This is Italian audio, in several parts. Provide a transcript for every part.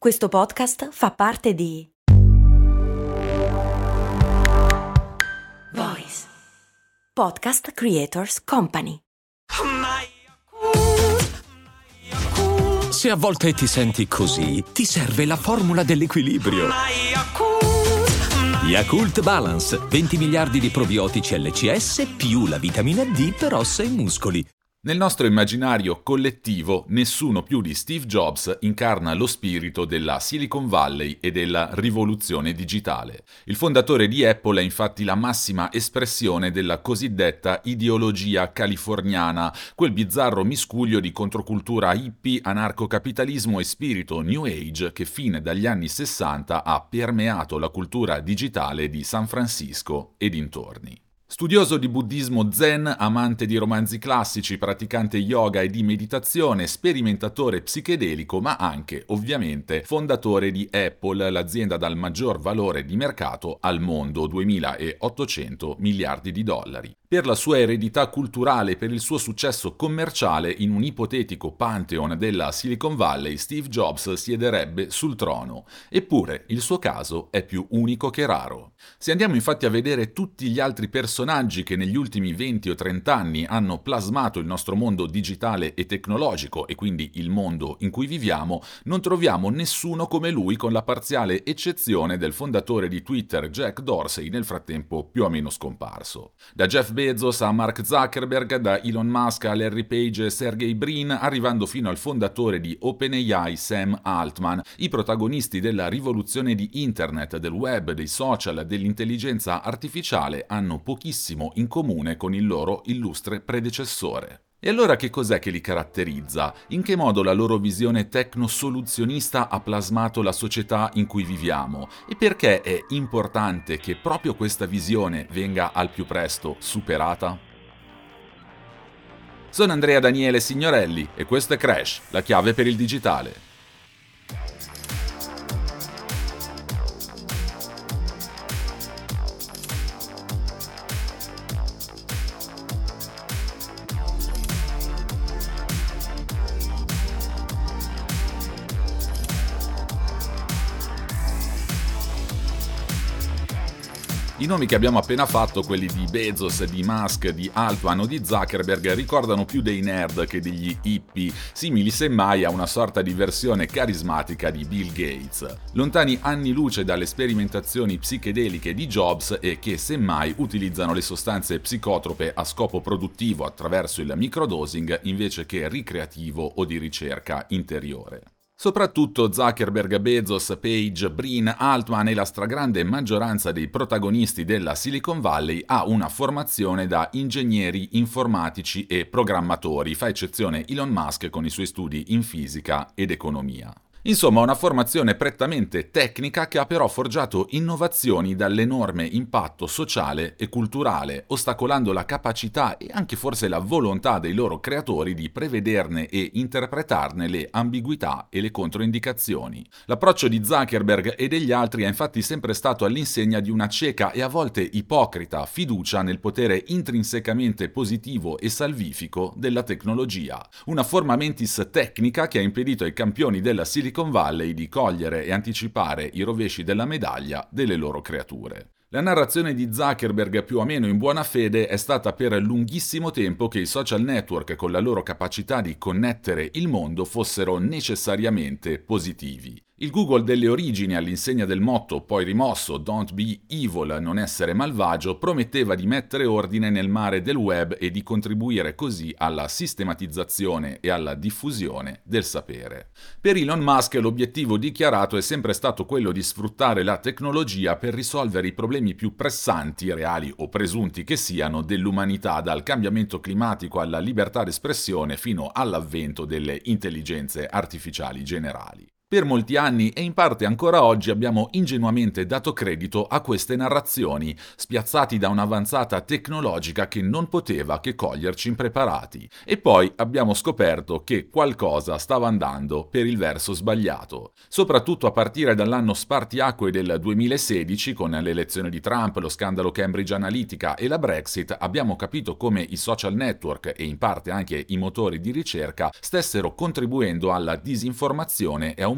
Questo podcast fa parte di Voice Podcast Creators Company. Se a volte ti senti così, ti serve la formula dell'equilibrio. Yakult Balance, 20 miliardi di probiotici LCS più la vitamina D per ossa e muscoli. Nel nostro immaginario collettivo, nessuno più di Steve Jobs incarna lo spirito della Silicon Valley e della rivoluzione digitale. Il fondatore di Apple è infatti la massima espressione della cosiddetta ideologia californiana, quel bizzarro miscuglio di controcultura hippie, anarcocapitalismo e spirito New Age che fin dagli anni 60 ha permeato la cultura digitale di San Francisco e dintorni. Studioso di buddismo zen, amante di romanzi classici, praticante yoga e di meditazione, sperimentatore psichedelico, ma anche, ovviamente, fondatore di Apple, l'azienda dal maggior valore di mercato al mondo, 2.800 miliardi di dollari. Per la sua eredità culturale e per il suo successo commerciale, in un ipotetico pantheon della Silicon Valley, Steve Jobs siederebbe sul trono. Eppure, il suo caso è più unico che raro. Se andiamo infatti a vedere tutti gli altri personaggi che negli ultimi 20 o 30 anni hanno plasmato il nostro mondo digitale e tecnologico, e quindi il mondo in cui viviamo, non troviamo nessuno come lui, con la parziale eccezione del fondatore di Twitter, Jack Dorsey, nel frattempo più o meno scomparso. Da Jeff Bezos a Mark Zuckerberg, da Elon Musk a Larry Page e Sergey Brin, arrivando fino al fondatore di OpenAI, Sam Altman, i protagonisti della rivoluzione di internet, del web, dei social, dell'intelligenza artificiale hanno pochissimo in comune con il loro illustre predecessore. E allora che cos'è che li caratterizza? In che modo la loro visione tecnosoluzionista ha plasmato la società in cui viviamo? E perché è importante che proprio questa visione venga al più presto superata? Sono Andrea Daniele Signorelli e questo è Crash, la chiave per il digitale. I nomi che abbiamo appena fatto, quelli di Bezos, di Musk, di Altman o di Zuckerberg, ricordano più dei nerd che degli hippie, simili semmai a una sorta di versione carismatica di Bill Gates. Lontani anni luce dalle sperimentazioni psichedeliche di Jobs e che semmai utilizzano le sostanze psicotrope a scopo produttivo attraverso il microdosing invece che ricreativo o di ricerca interiore. Soprattutto Zuckerberg, Bezos, Page, Brin, Altman e la stragrande maggioranza dei protagonisti della Silicon Valley ha una formazione da ingegneri informatici e programmatori, fa eccezione Elon Musk con i suoi studi in fisica ed economia. Insomma, una formazione prettamente tecnica che ha però forgiato innovazioni dall'enorme impatto sociale e culturale, ostacolando la capacità e anche forse la volontà dei loro creatori di prevederne e interpretarne le ambiguità e le controindicazioni. L'approccio di Zuckerberg e degli altri è infatti sempre stato all'insegna di una cieca e a volte ipocrita fiducia nel potere intrinsecamente positivo e salvifico della tecnologia. Una forma mentis tecnica che ha impedito ai campioni della Silicon Valley di cogliere e anticipare i rovesci della medaglia delle loro creature. La narrazione di Zuckerberg, più o meno in buona fede, è stata per lunghissimo tempo che i social network, con la loro capacità di connettere il mondo, fossero necessariamente positivi. Il Google delle origini, all'insegna del motto poi rimosso "Don't be evil", non essere malvagio, prometteva di mettere ordine nel mare del web e di contribuire così alla sistematizzazione e alla diffusione del sapere. Per Elon Musk l'obiettivo dichiarato è sempre stato quello di sfruttare la tecnologia per risolvere i problemi più pressanti, reali o presunti che siano, dell'umanità, dal cambiamento climatico alla libertà d'espressione fino all'avvento delle intelligenze artificiali generali. Per molti anni e in parte ancora oggi abbiamo ingenuamente dato credito a queste narrazioni, spiazzati da un'avanzata tecnologica che non poteva che coglierci impreparati. E poi abbiamo scoperto che qualcosa stava andando per il verso sbagliato. Soprattutto a partire dall'anno spartiacque del 2016, con l'elezione di Trump, lo scandalo Cambridge Analytica e la Brexit, abbiamo capito come i social network e in parte anche i motori di ricerca stessero contribuendo alla disinformazione e a un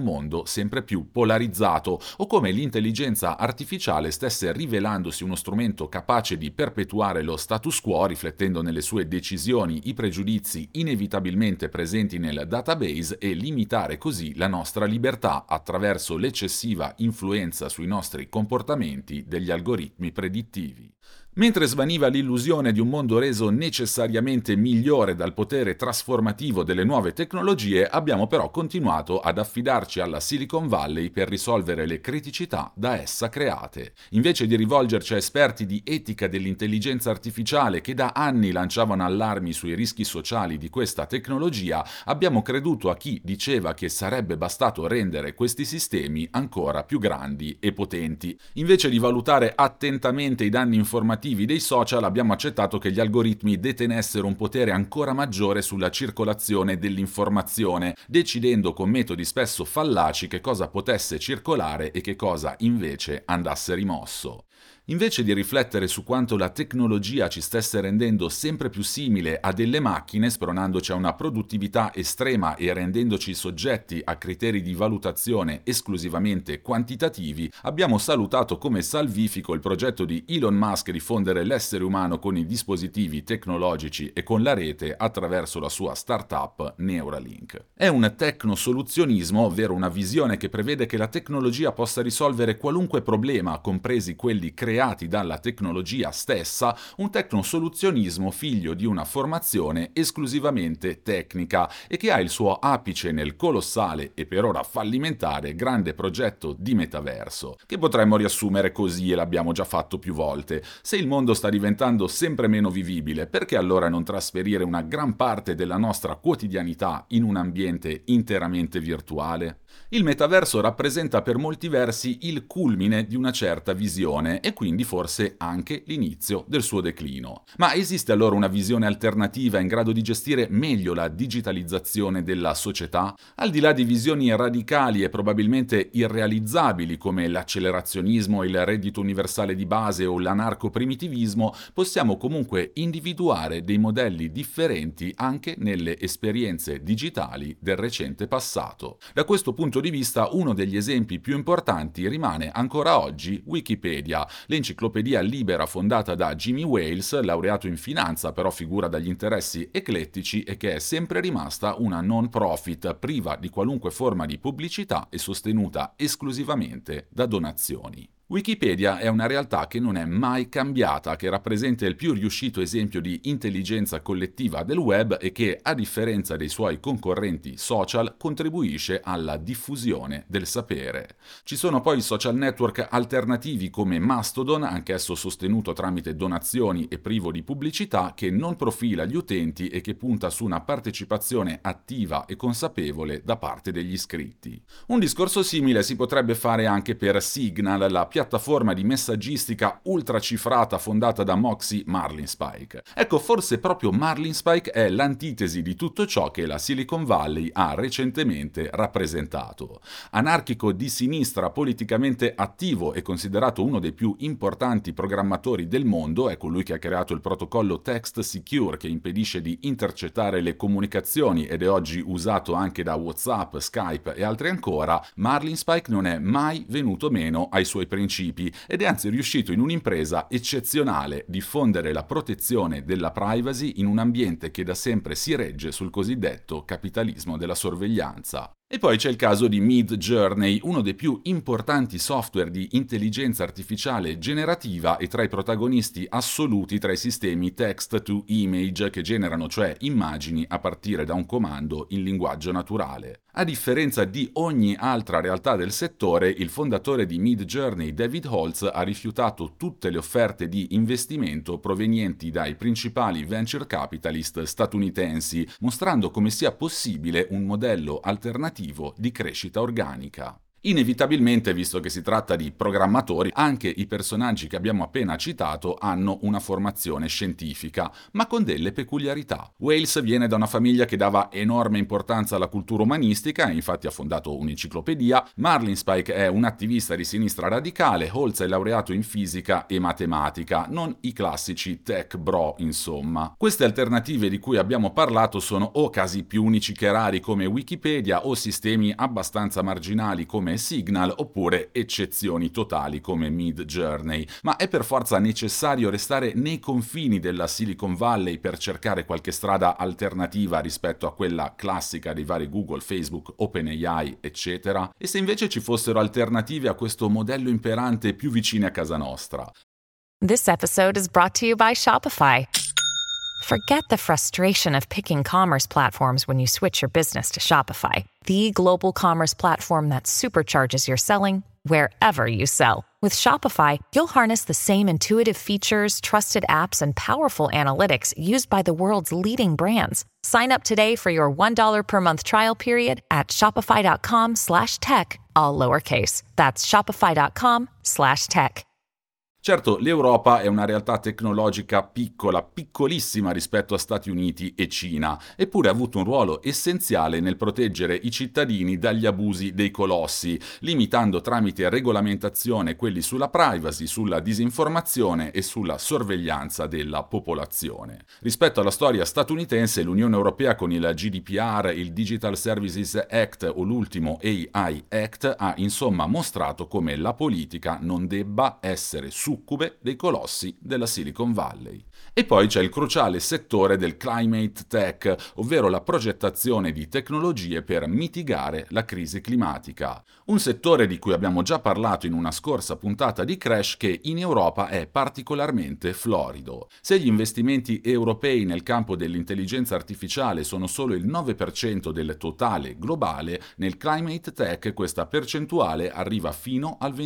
mondo sempre più polarizzato, o come l'intelligenza artificiale stesse rivelandosi uno strumento capace di perpetuare lo status quo, riflettendo nelle sue decisioni i pregiudizi inevitabilmente presenti nel database e limitare così la nostra libertà attraverso l'eccessiva influenza sui nostri comportamenti degli algoritmi predittivi. Mentre svaniva l'illusione di un mondo reso necessariamente migliore dal potere trasformativo delle nuove tecnologie, abbiamo però continuato ad affidarci alla Silicon Valley per risolvere le criticità da essa create. Invece di rivolgerci a esperti di etica dell'intelligenza artificiale che da anni lanciavano allarmi sui rischi sociali di questa tecnologia, abbiamo creduto a chi diceva che sarebbe bastato rendere questi sistemi ancora più grandi e potenti. Invece di valutare attentamente i danni informativi dei social, abbiamo accettato che gli algoritmi detenessero un potere ancora maggiore sulla circolazione dell'informazione, decidendo con metodi spesso fallaci che cosa potesse circolare e che cosa invece andasse rimosso. Invece di riflettere su quanto la tecnologia ci stesse rendendo sempre più simile a delle macchine, spronandoci a una produttività estrema e rendendoci soggetti a criteri di valutazione esclusivamente quantitativi, abbiamo salutato come salvifico il progetto di Elon Musk di fondere l'essere umano con i dispositivi tecnologici e con la rete attraverso la sua startup Neuralink. È un tecnosoluzionismo, ovvero una visione che prevede che la tecnologia possa risolvere qualunque problema, compresi quelli creati dalla tecnologia stessa, un tecnosoluzionismo figlio di una formazione esclusivamente tecnica e che ha il suo apice nel colossale e per ora fallimentare grande progetto di metaverso, che potremmo riassumere così, e l'abbiamo già fatto più volte: se il mondo sta diventando sempre meno vivibile, perché allora non trasferire una gran parte della nostra quotidianità in un ambiente interamente virtuale? Il metaverso rappresenta per molti versi il culmine di una certa visione e quindi forse anche l'inizio del suo declino. Ma esiste allora una visione alternativa in grado di gestire meglio la digitalizzazione della società? Al di là di visioni radicali e probabilmente irrealizzabili come l'accelerazionismo, il reddito universale di base o l'anarco-primitivismo, possiamo comunque individuare dei modelli differenti anche nelle esperienze digitali del recente passato. Da questo punto di vista, uno degli esempi più importanti rimane ancora oggi Wikipedia, l'enciclopedia libera fondata da Jimmy Wales, laureato in finanza però figura dagli interessi eclettici e che è sempre rimasta una non-profit priva di qualunque forma di pubblicità e sostenuta esclusivamente da donazioni. Wikipedia è una realtà che non è mai cambiata, che rappresenta il più riuscito esempio di intelligenza collettiva del web e che, a differenza dei suoi concorrenti social, contribuisce alla diffusione del sapere. Ci sono poi social network alternativi come Mastodon, anch'esso sostenuto tramite donazioni e privo di pubblicità, che non profila gli utenti e che punta su una partecipazione attiva e consapevole da parte degli iscritti. Un discorso simile si potrebbe fare anche per Signal, la piattaforma di messaggistica ultracifrata fondata da Moxie Marlinspike. Ecco, forse proprio Marlinspike è l'antitesi di tutto ciò che la Silicon Valley ha recentemente rappresentato. Anarchico di sinistra, politicamente attivo e considerato uno dei più importanti programmatori del mondo, è colui che ha creato il protocollo Text Secure che impedisce di intercettare le comunicazioni ed è oggi usato anche da WhatsApp, Skype e altri ancora. Marlinspike non è mai venuto meno ai suoi principi ed è anzi riuscito in un'impresa eccezionale: diffondere la protezione della privacy in un ambiente che da sempre si regge sul cosiddetto capitalismo della sorveglianza. E poi c'è il caso di Midjourney, uno dei più importanti software di intelligenza artificiale generativa e tra i protagonisti assoluti tra i sistemi text to image che generano cioè immagini a partire da un comando in linguaggio naturale. A differenza di ogni altra realtà del settore, il fondatore di Midjourney, David Holtz, ha rifiutato tutte le offerte di investimento provenienti dai principali venture capitalist statunitensi, mostrando come sia possibile un modello alternativo di crescita organica. Inevitabilmente, visto che si tratta di programmatori, anche i personaggi che abbiamo appena citato hanno una formazione scientifica, ma con delle peculiarità. Wales viene da una famiglia che dava enorme importanza alla cultura umanistica e infatti ha fondato un'enciclopedia. Marlinspike è un attivista di sinistra radicale. Holtz è laureato in fisica e matematica, non i classici tech bro, insomma. Queste alternative di cui abbiamo parlato sono o casi più unici che rari come Wikipedia o sistemi abbastanza marginali come Signal oppure eccezioni totali come Midjourney, ma è per forza necessario restare nei confini della Silicon Valley per cercare qualche strada alternativa rispetto a quella classica dei vari Google, Facebook, OpenAI, eccetera? E se invece ci fossero alternative a questo modello imperante più vicine a casa nostra? This episode is brought to you by Shopify. Forget the frustration of picking commerce platforms when you switch your business to Shopify, the global commerce platform that supercharges your selling wherever you sell. With Shopify, you'll harness the same intuitive features, trusted apps, and powerful analytics used by the world's leading brands. Sign up today for your $1 per month trial period at shopify.com/tech, all lowercase. That's shopify.com/tech. Certo, l'Europa è una realtà tecnologica piccola, piccolissima rispetto a Stati Uniti e Cina, eppure ha avuto un ruolo essenziale nel proteggere i cittadini dagli abusi dei colossi, limitando tramite regolamentazione quelli sulla privacy, sulla disinformazione e sulla sorveglianza della popolazione. Rispetto alla storia statunitense, l'Unione Europea con il GDPR, il Digital Services Act o l'ultimo AI Act ha insomma mostrato come la politica non debba essere succube dei colossi della Silicon Valley. E poi c'è il cruciale settore del climate tech, ovvero la progettazione di tecnologie per mitigare la crisi climatica. Un settore di cui abbiamo già parlato in una scorsa puntata di Crash che in Europa è particolarmente florido. Se gli investimenti europei nel campo dell'intelligenza artificiale sono solo il 9% del totale globale, nel climate tech questa percentuale arriva fino al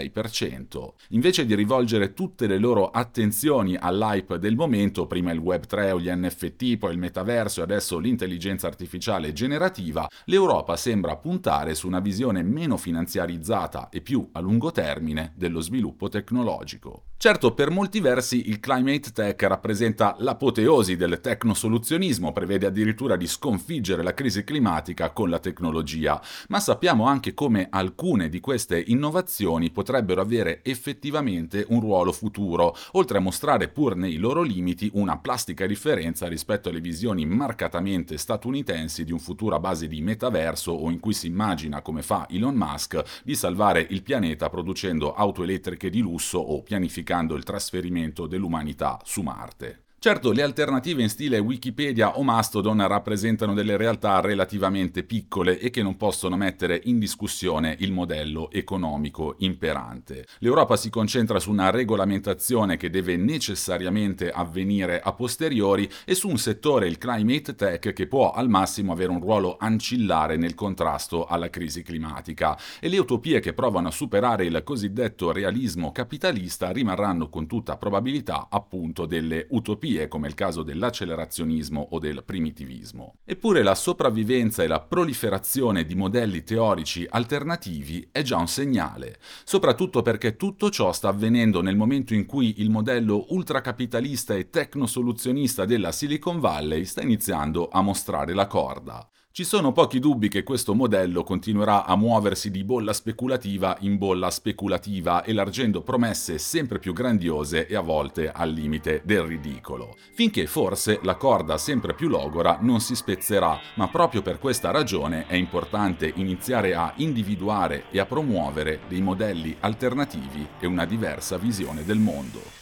26%. Invece di rivolgere tutte le loro attenzioni all'hype del momento, prima il Web3 o gli NFT, poi il metaverso e adesso l'intelligenza artificiale generativa, l'Europa sembra puntare su una visione meno finanziarizzata e più a lungo termine dello sviluppo tecnologico. Certo, per molti versi il climate tech rappresenta l'apoteosi del tecnosoluzionismo, prevede addirittura di sconfiggere la crisi climatica con la tecnologia, ma sappiamo anche come alcune di queste innovazioni potrebbero avere effettivamente un ruolo futuro, oltre a mostrare pur nei loro limiti una plastica differenza rispetto alle visioni marcatamente statunitensi di un futuro a base di metaverso o in cui si immagina, come fa Elon Musk, di salvare il pianeta producendo auto elettriche di lusso o pianificando il trasferimento dell'umanità su Marte. Certo, le alternative in stile Wikipedia o Mastodon rappresentano delle realtà relativamente piccole e che non possono mettere in discussione il modello economico imperante. L'Europa si concentra su una regolamentazione che deve necessariamente avvenire a posteriori e su un settore, il climate tech, che può al massimo avere un ruolo ancillare nel contrasto alla crisi climatica. E le utopie che provano a superare il cosiddetto realismo capitalista rimarranno con tutta probabilità appunto delle utopie, come il caso dell'accelerazionismo o del primitivismo. Eppure la sopravvivenza e la proliferazione di modelli teorici alternativi è già un segnale, soprattutto perché tutto ciò sta avvenendo nel momento in cui il modello ultracapitalista e tecnosoluzionista della Silicon Valley sta iniziando a mostrare la corda. Ci sono pochi dubbi che questo modello continuerà a muoversi di bolla speculativa in bolla speculativa, elargendo promesse sempre più grandiose e a volte al limite del ridicolo, finché forse la corda sempre più logora non si spezzerà, ma proprio per questa ragione è importante iniziare a individuare e a promuovere dei modelli alternativi e una diversa visione del mondo.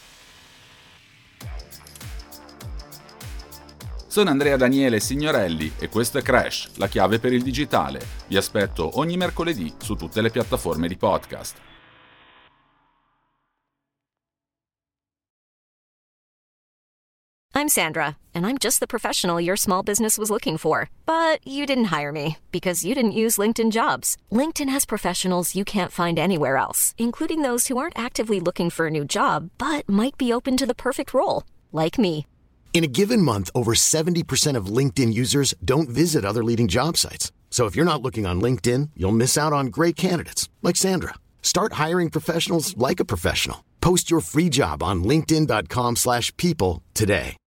Sono Andrea Daniele Signorelli e questo è Crash, la chiave per il digitale. Vi aspetto ogni mercoledì su tutte le piattaforme di podcast. I'm Sandra, and I'm just the professional your small business was looking for. But you didn't hire me because you didn't use LinkedIn Jobs. LinkedIn has professionals you can't find anywhere else, including those who aren't actively looking for a new job, but might be open to the perfect role, like me. In a given month, over 70% of LinkedIn users don't visit other leading job sites. So if you're not looking on LinkedIn, you'll miss out on great candidates like Sandra. Start hiring professionals like a professional. Post your free job on linkedin.com/people today.